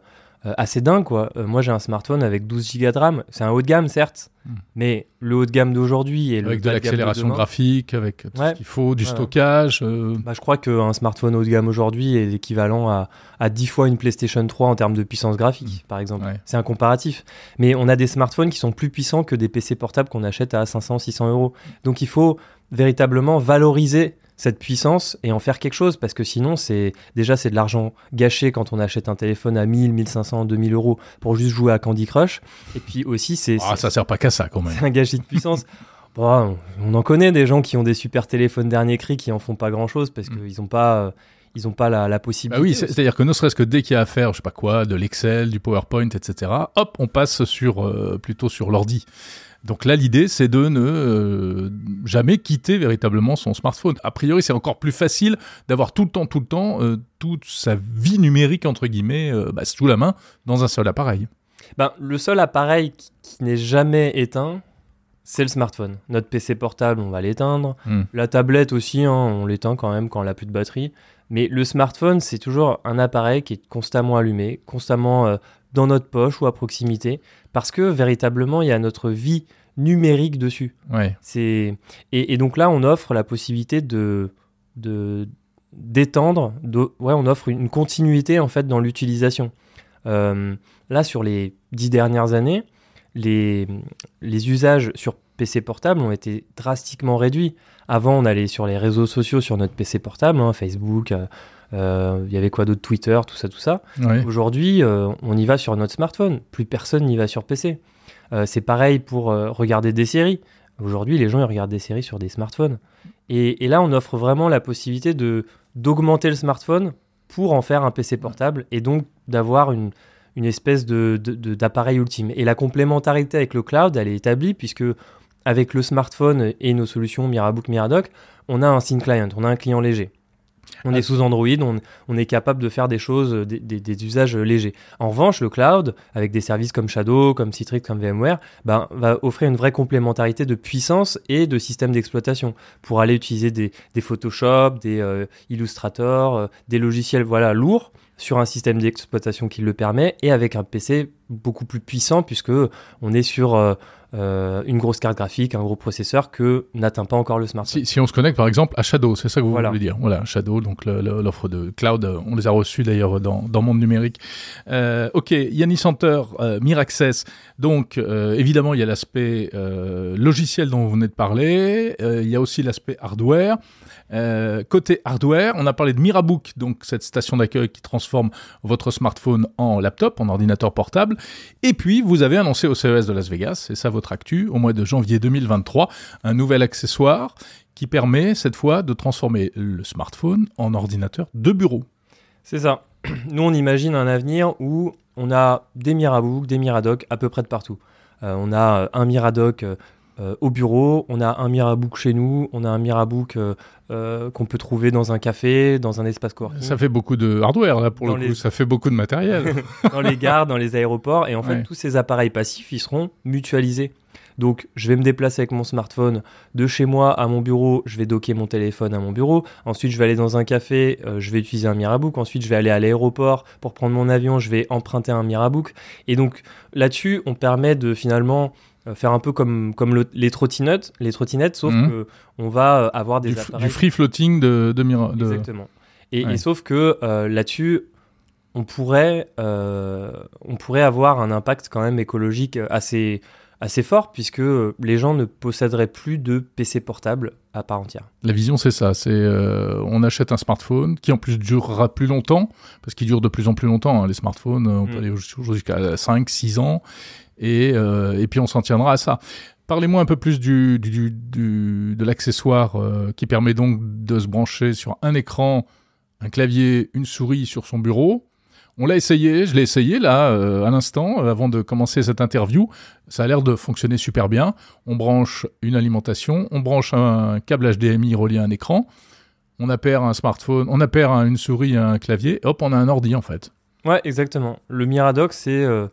euh, assez dingue, quoi. Euh, moi, j'ai un smartphone avec douze gigas de RAM. C'est un haut de gamme, certes, Mm. mais le haut de gamme d'aujourd'hui et le Avec de bas gamme l'accélération demain, graphique, avec tout Ouais. ce qu'il faut, du Voilà. stockage. euh, bah, je crois qu'un smartphone haut de gamme aujourd'hui est équivalent à, à dix fois une PlayStation trois en termes de puissance graphique, par exemple. Ouais. C'est un comparatif. Mais on a des smartphones qui sont plus puissants que des P C portables qu'on achète à cinq cents, six cents euros. Donc il faut véritablement valoriser cette puissance et en faire quelque chose, parce que sinon, c'est déjà c'est de l'argent gâché quand on achète un téléphone à mille, mille cinq cents, deux mille euros pour juste jouer à Candy Crush. Et puis aussi, c'est, Ah, c'est- ça sert pas qu'à ça quand même. c'est un gâchis de puissance. Bon, on en connaît des gens qui ont des super téléphones dernier cri qui en font pas grand chose parce Mm. qu'ils n'ont pas, euh, ils ont pas la, la Bah possibilité. oui, c'est- c'est-à-dire que ne serait-ce que dès qu'il y a à faire, je sais pas quoi, de l'Excel, du PowerPoint, et cetera, hop, on passe sur euh, plutôt sur l'ordi. Donc là, l'idée, c'est de ne euh, jamais quitter véritablement son smartphone. A priori, c'est encore plus facile d'avoir tout le temps, tout le temps, euh, toute sa vie numérique, entre guillemets, euh, bah, sous la main, dans un seul appareil. Ben, le seul appareil qui, qui n'est jamais éteint, c'est le smartphone. Notre P C portable, on va l'éteindre. Mm. La tablette aussi, hein, on l'éteint quand même quand elle n'a plus de batterie. Mais le smartphone, c'est toujours un appareil qui est constamment allumé, constamment euh, dans notre poche ou à proximité, parce que véritablement, il y a notre vie numérique dessus. Ouais. C'est... Et, et donc là, on offre la possibilité de, de, d'étendre, de... ouais, on offre une continuité en fait dans l'utilisation. Euh, là, sur les dix dernières années, les, les usages sur P C portable ont été drastiquement réduits. Avant, on allait sur les réseaux sociaux sur notre P C portable, hein, Facebook, il euh, euh, y avait quoi d'autre, Twitter, tout ça, tout ça. Ouais. Aujourd'hui, euh, on y va sur notre smartphone. Plus personne n'y va sur P C. Euh, c'est pareil pour euh, regarder des séries. Aujourd'hui, les gens ils regardent des séries sur des smartphones. Et, et là, on offre vraiment la possibilité de, d'augmenter le smartphone pour en faire un P C portable et donc d'avoir une, une espèce de, de, de, d'appareil ultime. Et la complémentarité avec le cloud, elle est établie puisque avec le smartphone et nos solutions Mirabook, Miradoc, on a un thin client, on a un client léger. On Ah, est sous Android, on, on est capable de faire des choses, des, des, des usages légers. En revanche, le cloud, avec des services comme Shadow, comme Citrix, comme VMware, ben, va offrir une vraie complémentarité de puissance et de système d'exploitation pour aller utiliser des, des Photoshop, des euh, Illustrator, euh, des logiciels voilà, lourds sur un système d'exploitation qui le permet et avec un P C beaucoup plus puissant puisque on est sur euh, euh, une grosse carte graphique, un gros processeur que n'atteint pas encore le smartphone. Si, si on se connecte par exemple à Shadow, c'est ça que vous Voilà. voulez dire. Voilà, Shadow, donc le- le- l'offre de cloud, euh, on les a reçus d'ailleurs dans, dans Monde Numérique. Euh, ok, Yannis Center, euh, Miraccess. Donc euh, évidemment, il y a l'aspect euh, logiciel dont vous venez de parler. Euh, il y a aussi l'aspect hardware. Euh, côté hardware, on a parlé de Mirabook, donc cette station d'accueil qui transforme votre smartphone en laptop, en ordinateur portable. Et puis, vous avez annoncé au C E S de Las Vegas, c'est ça votre actu, au mois de janvier deux mille vingt-trois, un nouvel accessoire qui permet cette fois de transformer le smartphone en ordinateur de bureau. C'est ça. Nous, on imagine un avenir où on a des Mirabook, des Miradoc à peu près de partout. Euh, on a euh, un Miradoc euh, euh, au bureau, on a un Mirabook chez nous, on a un Mirabook euh, euh, qu'on peut trouver dans un café, dans un espace coworking, Ça fait beaucoup de hardware, là, pour Dans le coup, les- ça fait beaucoup de matériel. dans les gares, dans les aéroports. Et en fait, Ouais. tous ces appareils passifs, ils seront mutualisés. Donc, je vais me déplacer avec mon smartphone de chez moi à mon bureau, je vais docker mon téléphone à mon bureau. Ensuite, je vais aller dans un café, euh, je vais utiliser un Mirabook. Ensuite, je vais aller à l'aéroport pour prendre mon avion, je vais emprunter un Mirabook. Et donc, là-dessus, on permet de finalement euh, faire un peu comme, comme le- les trottinettes, les trottinettes, sauf Mhm. que on va euh, avoir des du, f- appareils. du free floating de, de, Mira- de... Exactement. Et, Ouais. et sauf que euh, là-dessus, on pourrait, euh, on pourrait avoir un impact quand même écologique assez, assez fort, puisque les gens ne posséderaient plus de P C portable à part entière. La vision, c'est ça. C'est euh, on achète un smartphone qui en plus durera plus longtemps, parce qu'il dure de plus en plus longtemps. Hein, les smartphones, on peut Mm. aller jusqu'à- jusqu'à cinq, six ans, et, euh, et puis on s'en tiendra à ça. Parlez-moi un peu plus du, du, du, du- de l'accessoire euh, qui permet donc de se brancher sur un écran, un clavier, une souris sur son bureau. On l'a essayé, je l'ai essayé là, euh, à l'instant, euh, avant de commencer cette interview. Ça a l'air de fonctionner super bien. On branche une alimentation, on branche un câble H D M I relié à un écran, on appaire un smartphone, on appaire un- une souris et un clavier, hop, on a un ordi en fait. Ouais, exactement. Le Miradoc, c'est euh,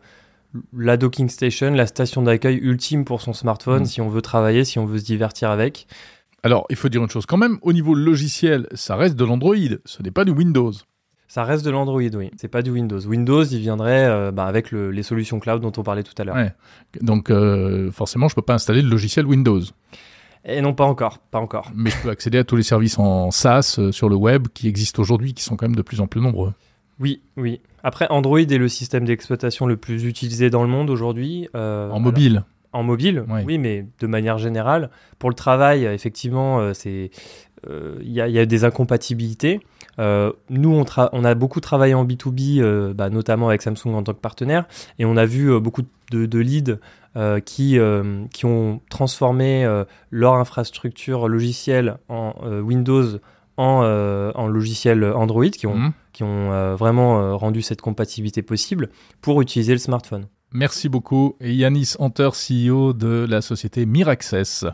la docking station, la station d'accueil ultime pour son smartphone, Mm. si on veut travailler, si on veut se divertir avec. Alors, il faut dire une chose quand même, au niveau logiciel, ça reste de l'Android, ce n'est pas du Windows. Ça reste de l'Android, oui. C'est pas du Windows. Windows, il viendrait euh, bah, avec le, les solutions cloud dont on parlait tout à l'heure. Ouais. Donc, euh, forcément, je peux pas installer le logiciel Windows. Et non, pas encore, pas encore. Mais je peux accéder à tous les services en SaaS euh, sur le web qui existent aujourd'hui, qui sont quand même de plus en plus nombreux. Oui, oui. Après, Android est le système d'exploitation le plus utilisé dans le monde aujourd'hui. Euh, en mobile. Alors, en mobile, Ouais. oui, mais de manière générale. Pour le travail, effectivement, euh, c'est, euh, y a, y a des incompatibilités. Euh, nous, on, tra- on a beaucoup travaillé en B deux B, euh, bah, notamment avec Samsung en tant que partenaire, et on a vu euh, beaucoup de, de leads euh, qui, euh, qui ont transformé euh, leur infrastructure logicielle en euh, Windows en, euh, en logiciel Android, qui ont, Mmh. qui ont euh, vraiment euh, rendu cette compatibilité possible pour utiliser le smartphone. Merci beaucoup. Et Yanis Hunter, C E O de la société Miraccess.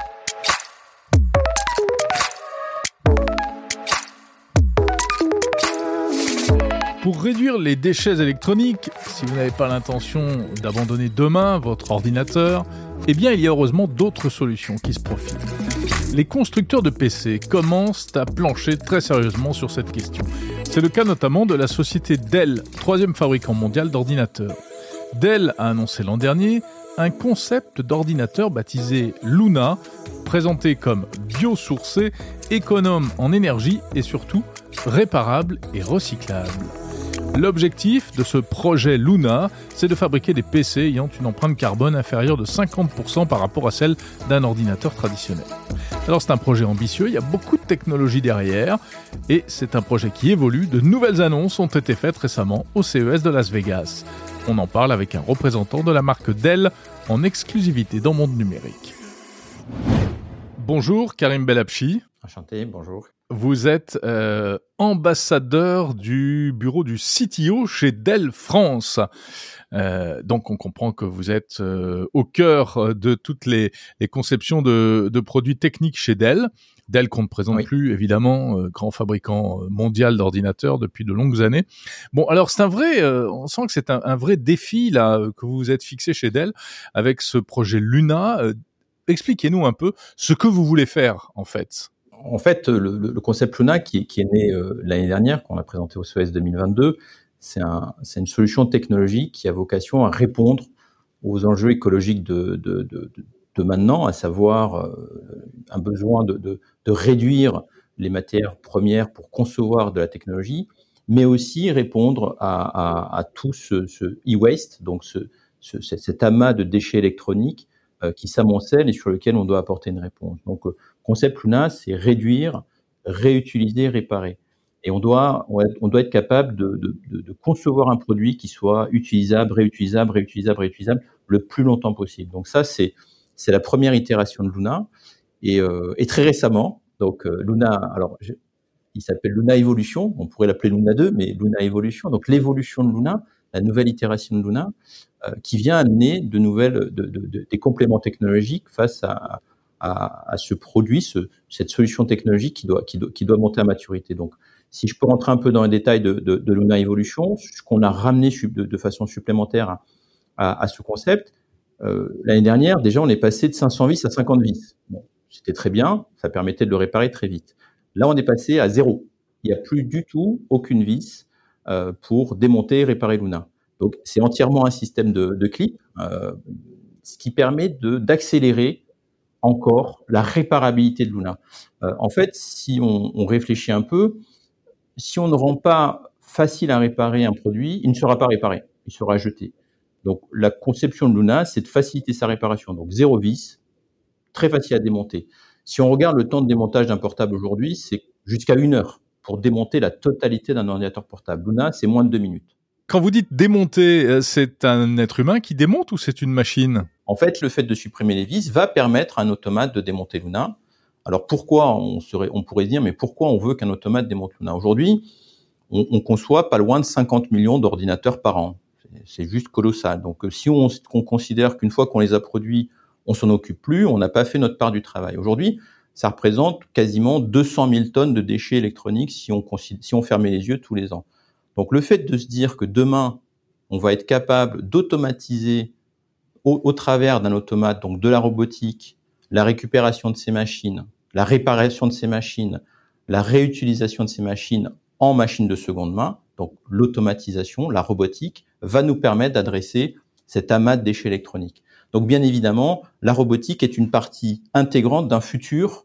Pour réduire les déchets électroniques, si vous n'avez pas l'intention d'abandonner demain votre ordinateur, eh bien il y a heureusement d'autres solutions qui se profilent. Les constructeurs de P C commencent à plancher très sérieusement sur cette question. C'est le cas notamment de la société Dell, troisième fabricant mondial d'ordinateurs. Dell a annoncé l'an dernier un concept d'ordinateur baptisé Luna, présenté comme biosourcé, économe en énergie et surtout réparable et recyclable. L'objectif de ce projet Luna, c'est de fabriquer des P C ayant une empreinte carbone inférieure de cinquante pour cent par rapport à celle d'un ordinateur traditionnel. Alors c'est un projet ambitieux, il y a beaucoup de technologie derrière, et c'est un projet qui évolue. De nouvelles annonces ont été faites récemment au C E S de Las Vegas. On en parle avec un représentant de la marque Dell en exclusivité dans Monde Numérique. Bonjour Karim Belabchi. Enchanté, bonjour. Vous êtes euh, ambassadeur du bureau du C T O chez Dell France. Euh, donc on comprend que vous êtes euh, au cœur de toutes les, les conceptions de, de produits techniques chez Dell. Dell qu'on ne présente Oui. plus, évidemment, euh, grand fabricant mondial d'ordinateurs depuis de longues années. Bon, alors c'est un vrai, euh, on sent que c'est un, un vrai défi là que vous vous êtes fixé chez Dell avec ce projet Luna. Euh, expliquez-nous un peu ce que vous voulez faire en fait. En fait, le, le concept Luna qui, qui est né euh, l'année dernière, qu'on a présenté au C E S deux mille vingt-deux, c'est, un, c'est une solution technologique qui a vocation à répondre aux enjeux écologiques de, de, de, de, de maintenant, à savoir euh, un besoin de, de, de réduire les matières premières pour concevoir de la technologie, mais aussi répondre à, à, à tout ce, ce e-waste, donc ce, ce, cet amas de déchets électroniques euh, qui s'amoncellent et sur lequel on doit apporter une réponse. Donc, euh, concept Luna, c'est réduire, réutiliser, réparer. Et on doit, on doit être capable de, de, de concevoir un produit qui soit utilisable, réutilisable, réutilisable, réutilisable le plus longtemps possible. Donc ça, c'est, c'est la première itération de Luna. Et, euh, et très récemment, donc euh, Luna, alors je, il s'appelle Luna Evolution, on pourrait l'appeler Luna deux, mais Luna Evolution, donc l'évolution de Luna, la nouvelle itération de Luna, euh, qui vient amener de nouvelles, de, de, de, des compléments technologiques face à, à, à ce produit, ce, cette solution technologique qui doit, qui, doit, qui doit monter à maturité. Donc, si je peux rentrer un peu dans les détails de, de, de Luna Evolution, ce qu'on a ramené de, de façon supplémentaire à, à, à ce concept, euh, l'année dernière, déjà, on est passé de cinq cents vis à cinquante vis. Bon, c'était très bien, ça permettait de le réparer très vite. Là, on est passé à zéro. Il n'y a plus du tout aucune vis euh, pour démonter et réparer Luna. Donc, c'est entièrement un système de, de clips, euh, ce qui permet de, d'accélérer encore la réparabilité de Luna. Euh, en fait, si on, on réfléchit un peu, si on ne rend pas facile à réparer un produit, il ne sera pas réparé, il sera jeté. Donc, la conception de Luna, c'est de faciliter sa réparation. Donc, zéro vis, très facile à démonter. Si on regarde le temps de démontage d'un portable aujourd'hui, c'est jusqu'à une heure pour démonter la totalité d'un ordinateur portable. Luna, c'est moins de deux minutes. Quand vous dites démonter, c'est un être humain qui démonte ou c'est une machine ? En fait, le fait de supprimer les vis va permettre à un automate de démonter Luna. Alors pourquoi on, serait, on pourrait dire, mais pourquoi on veut qu'un automate démonte Luna ? Aujourd'hui, on, on conçoit pas loin de cinquante millions d'ordinateurs par an. C'est, c'est juste colossal. Donc si on, on considère qu'une fois qu'on les a produits, on s'en occupe plus, on n'a pas fait notre part du travail. Aujourd'hui, ça représente quasiment deux cent mille tonnes de déchets électroniques si on, si on fermait les yeux tous les ans. Donc le fait de se dire que demain, on va être capable d'automatiser au, au travers d'un automate, donc de la robotique, la récupération de ces machines, la réparation de ces machines, la réutilisation de ces machines en machine de seconde main. Donc l'automatisation, la robotique, va nous permettre d'adresser cet amas de déchets électroniques. Donc bien évidemment, la robotique est une partie intégrante d'un futur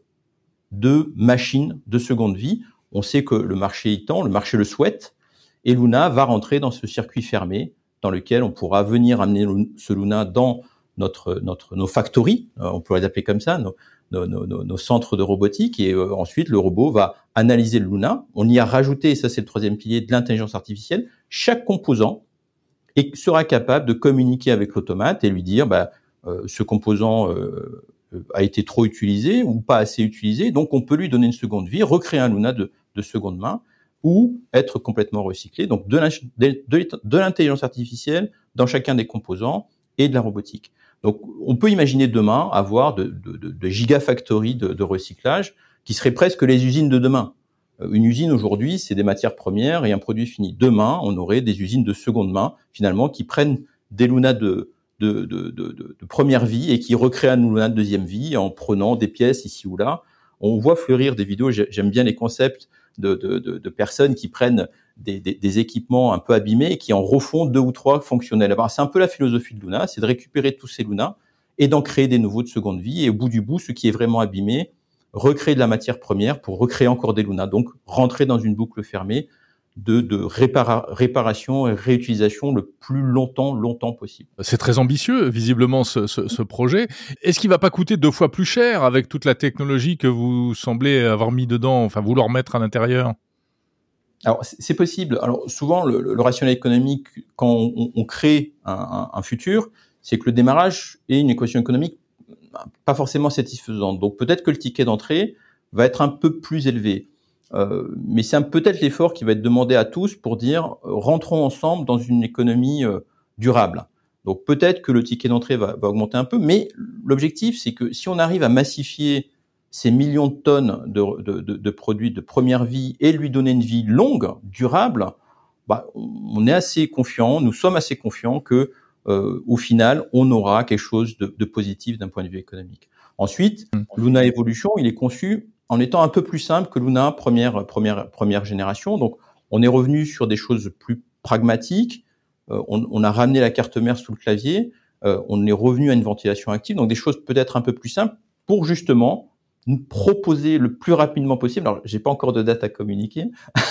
de machines de seconde vie. On sait que le marché y tend, le marché le souhaite, et Luna va rentrer dans ce circuit fermé dans lequel on pourra venir amener ce Luna dans notre, notre, nos factories, on pourrait les appeler comme ça, nos, nos, nos, nos centres de robotique, et euh, ensuite le robot va analyser le Luna. On y a rajouté, et ça c'est le troisième pilier, de l'intelligence artificielle. Chaque composant et sera capable de communiquer avec l'automate et lui dire bah, euh, ce composant euh, a été trop utilisé ou pas assez utilisé, donc on peut lui donner une seconde vie, recréer un Luna de, de seconde main ou être complètement recyclé. Donc de, de, de, de l'intelligence artificielle dans chacun des composants et de la robotique. Donc on peut imaginer demain avoir de, de, de, de gigafactories de, de recyclage qui seraient presque les usines de demain. Une usine aujourd'hui, c'est des matières premières et un produit fini. Demain, on aurait des usines de seconde main, finalement, qui prennent des Luna de, de, de, de, de, de première vie et qui recréent un Luna de deuxième vie en prenant des pièces ici ou là. On voit fleurir des vidéos, j'aime bien les concepts de, de, de, de personnes qui prennent des, des, des équipements un peu abîmés et qui en refont deux ou trois fonctionnels. Alors, c'est un peu la philosophie de Luna, c'est de récupérer tous ces Luna et d'en créer des nouveaux de seconde vie. Et au bout du bout, ce qui est vraiment abîmé, recréer de la matière première pour recréer encore des Luna. Donc, rentrer dans une boucle fermée de, de répara- réparation et réutilisation le plus longtemps, longtemps possible. C'est très ambitieux, visiblement, ce, ce, ce projet. Est-ce qu'il va pas coûter deux fois plus cher avec toute la technologie que vous semblez avoir mis dedans, enfin, vouloir mettre à l'intérieur? Alors, c'est possible. Alors, souvent, le, le rationnel économique, quand on, on crée un, un, un futur, c'est que le démarrage est une équation économique pas forcément satisfaisante. Donc peut-être que le ticket d'entrée va être un peu plus élevé. Euh, mais c'est un, peut-être l'effort qui va être demandé à tous pour dire euh, rentrons ensemble dans une économie euh, durable. Donc peut-être que le ticket d'entrée va, va augmenter un peu, mais l'objectif c'est que si on arrive à massifier ces millions de tonnes de, de, de, de produits de première vie et lui donner une vie longue, durable, bah, on est assez confiant, nous sommes assez confiants que Euh, au final, on aura quelque chose de, de positif d'un point de vue économique. Ensuite, Luna Evolution, il est conçu en étant un peu plus simple que Luna première, première, première génération. Donc, on est revenu sur des choses plus pragmatiques. Euh, on, on a ramené la carte mère sous le clavier. Euh, on est revenu à une ventilation active. Donc, des choses peut-être un peu plus simples pour justement nous proposer le plus rapidement possible. Alors, j'ai pas encore de date à communiquer,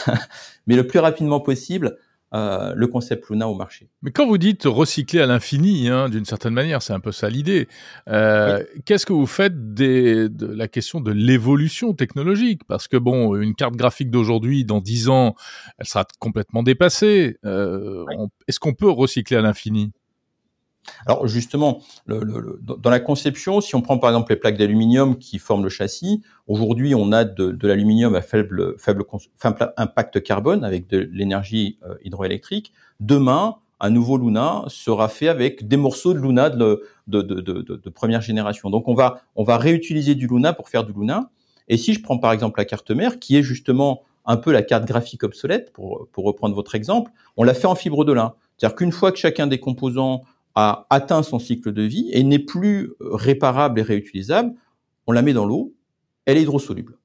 mais le plus rapidement possible, Euh, le concept Luna au marché. Mais quand vous dites recycler à l'infini, hein, d'une certaine manière, c'est un peu ça l'idée. Euh, oui. Qu'est-ce que vous faites des, de la question de l'évolution technologique? Parce que bon, une carte graphique d'aujourd'hui, dans dix ans, elle sera complètement dépassée. Euh, oui. on, est-ce qu'on peut recycler à l'infini? Alors justement, le, le, le, dans la conception, si on prend par exemple les plaques d'aluminium qui forment le châssis, aujourd'hui on a de, de l'aluminium à faible, faible, faible impact carbone avec de l'énergie euh, hydroélectrique. Demain, un nouveau Luna sera fait avec des morceaux de Luna de, de, de, de, de, de première génération. Donc on va, on va réutiliser du Luna pour faire du Luna. Et si je prends par exemple la carte mère, qui est justement un peu la carte graphique obsolète, pour, pour reprendre votre exemple, on l'a fait en fibre de lin. C'est-à-dire qu'une fois que chacun des composants a atteint son cycle de vie et n'est plus réparable et réutilisable, on la met dans l'eau, elle est hydrosoluble.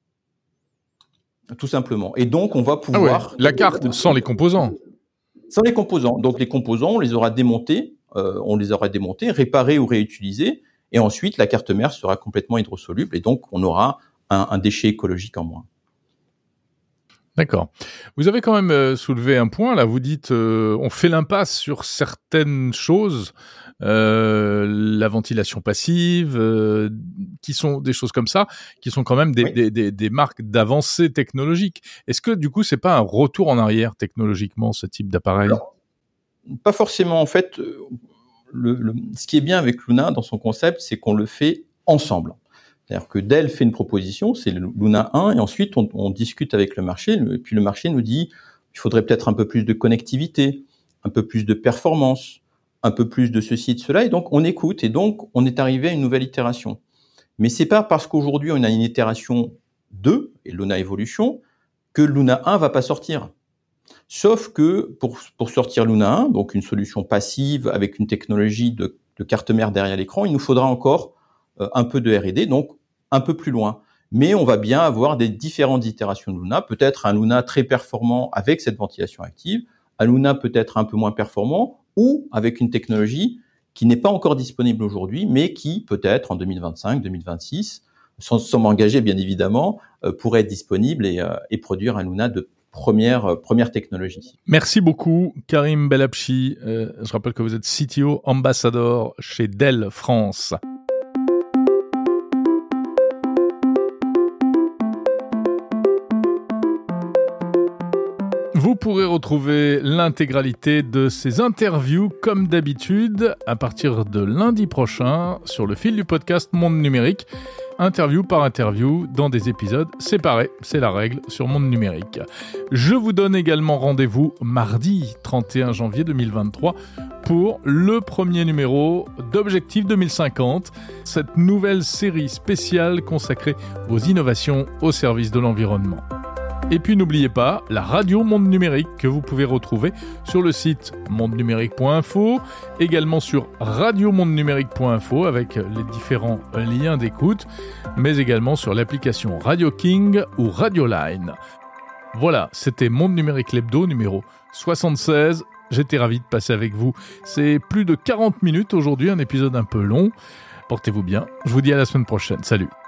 Tout simplement. Et donc, on va pouvoir... Ah ouais, la carte, sans les composants. Sans les composants. Donc, les composants, on les aura démontés, euh, on les aura démontés, réparés ou réutilisés, et ensuite, la carte mère sera complètement hydrosoluble, et donc, on aura un, un déchet écologique en moins. D'accord. Vous avez quand même euh, soulevé un point, là, vous dites euh, on fait l'impasse sur certaines choses, euh, la ventilation passive, euh, qui sont des choses comme ça, qui sont quand même des, oui. des, des, des marques d'avancée technologique. Est-ce que du coup, c'est pas un retour en arrière technologiquement, ce type d'appareil? Alors, pas forcément. En fait, le, le, ce qui est bien avec Luna dans son concept, c'est qu'on le fait ensemble. C'est-à-dire que Dell fait une proposition, c'est le Luna un, et ensuite on, on discute avec le marché, et puis le marché nous dit il faudrait peut-être un peu plus de connectivité, un peu plus de performance, un peu plus de ceci, de cela, et donc on écoute, et donc on est arrivé à une nouvelle itération. Mais c'est pas parce qu'aujourd'hui on a une itération deux, et Luna Evolution, que Luna un va pas sortir. Sauf que pour, pour sortir Luna un, donc une solution passive avec une technologie de, de carte mère derrière l'écran, il nous faudra encore euh, un peu de R et D, donc un peu plus loin. mais on va bien avoir des différentes itérations de Luna, peut-être un Luna très performant avec cette ventilation active, un Luna peut-être un peu moins performant, ou avec une technologie qui n'est pas encore disponible aujourd'hui, mais qui peut-être en deux mille vingt-cinq, deux mille vingt-six, sans, sans m'engager bien évidemment, euh, pourrait être disponible et, euh, et produire un Luna de première, euh, première technologie. Merci beaucoup Karim Belabchi. Euh, je rappelle que vous êtes C T O ambassadeur chez Dell France. Vous pourrez retrouver l'intégralité de ces interviews comme d'habitude à partir de lundi prochain sur le fil du podcast Monde Numérique. Interview par interview dans des épisodes séparés, c'est la règle sur Monde Numérique. Je vous donne également rendez-vous mardi trente et un janvier deux mille vingt-trois pour le premier numéro d'Objectif deux mille cinquante, cette nouvelle série spéciale consacrée aux innovations au service de l'environnement. Et puis n'oubliez pas la radio Monde Numérique que vous pouvez retrouver sur le site monde numérique point info, également sur radio monde numérique point info avec les différents liens d'écoute, mais également sur l'application Radio King ou Radio Line. Voilà, c'était Monde Numérique l'hebdo numéro soixante-seize. J'étais ravi de passer avec vous. C'est plus de quarante minutes aujourd'hui, un épisode un peu long. Portez-vous bien. Je vous dis à la semaine prochaine. Salut.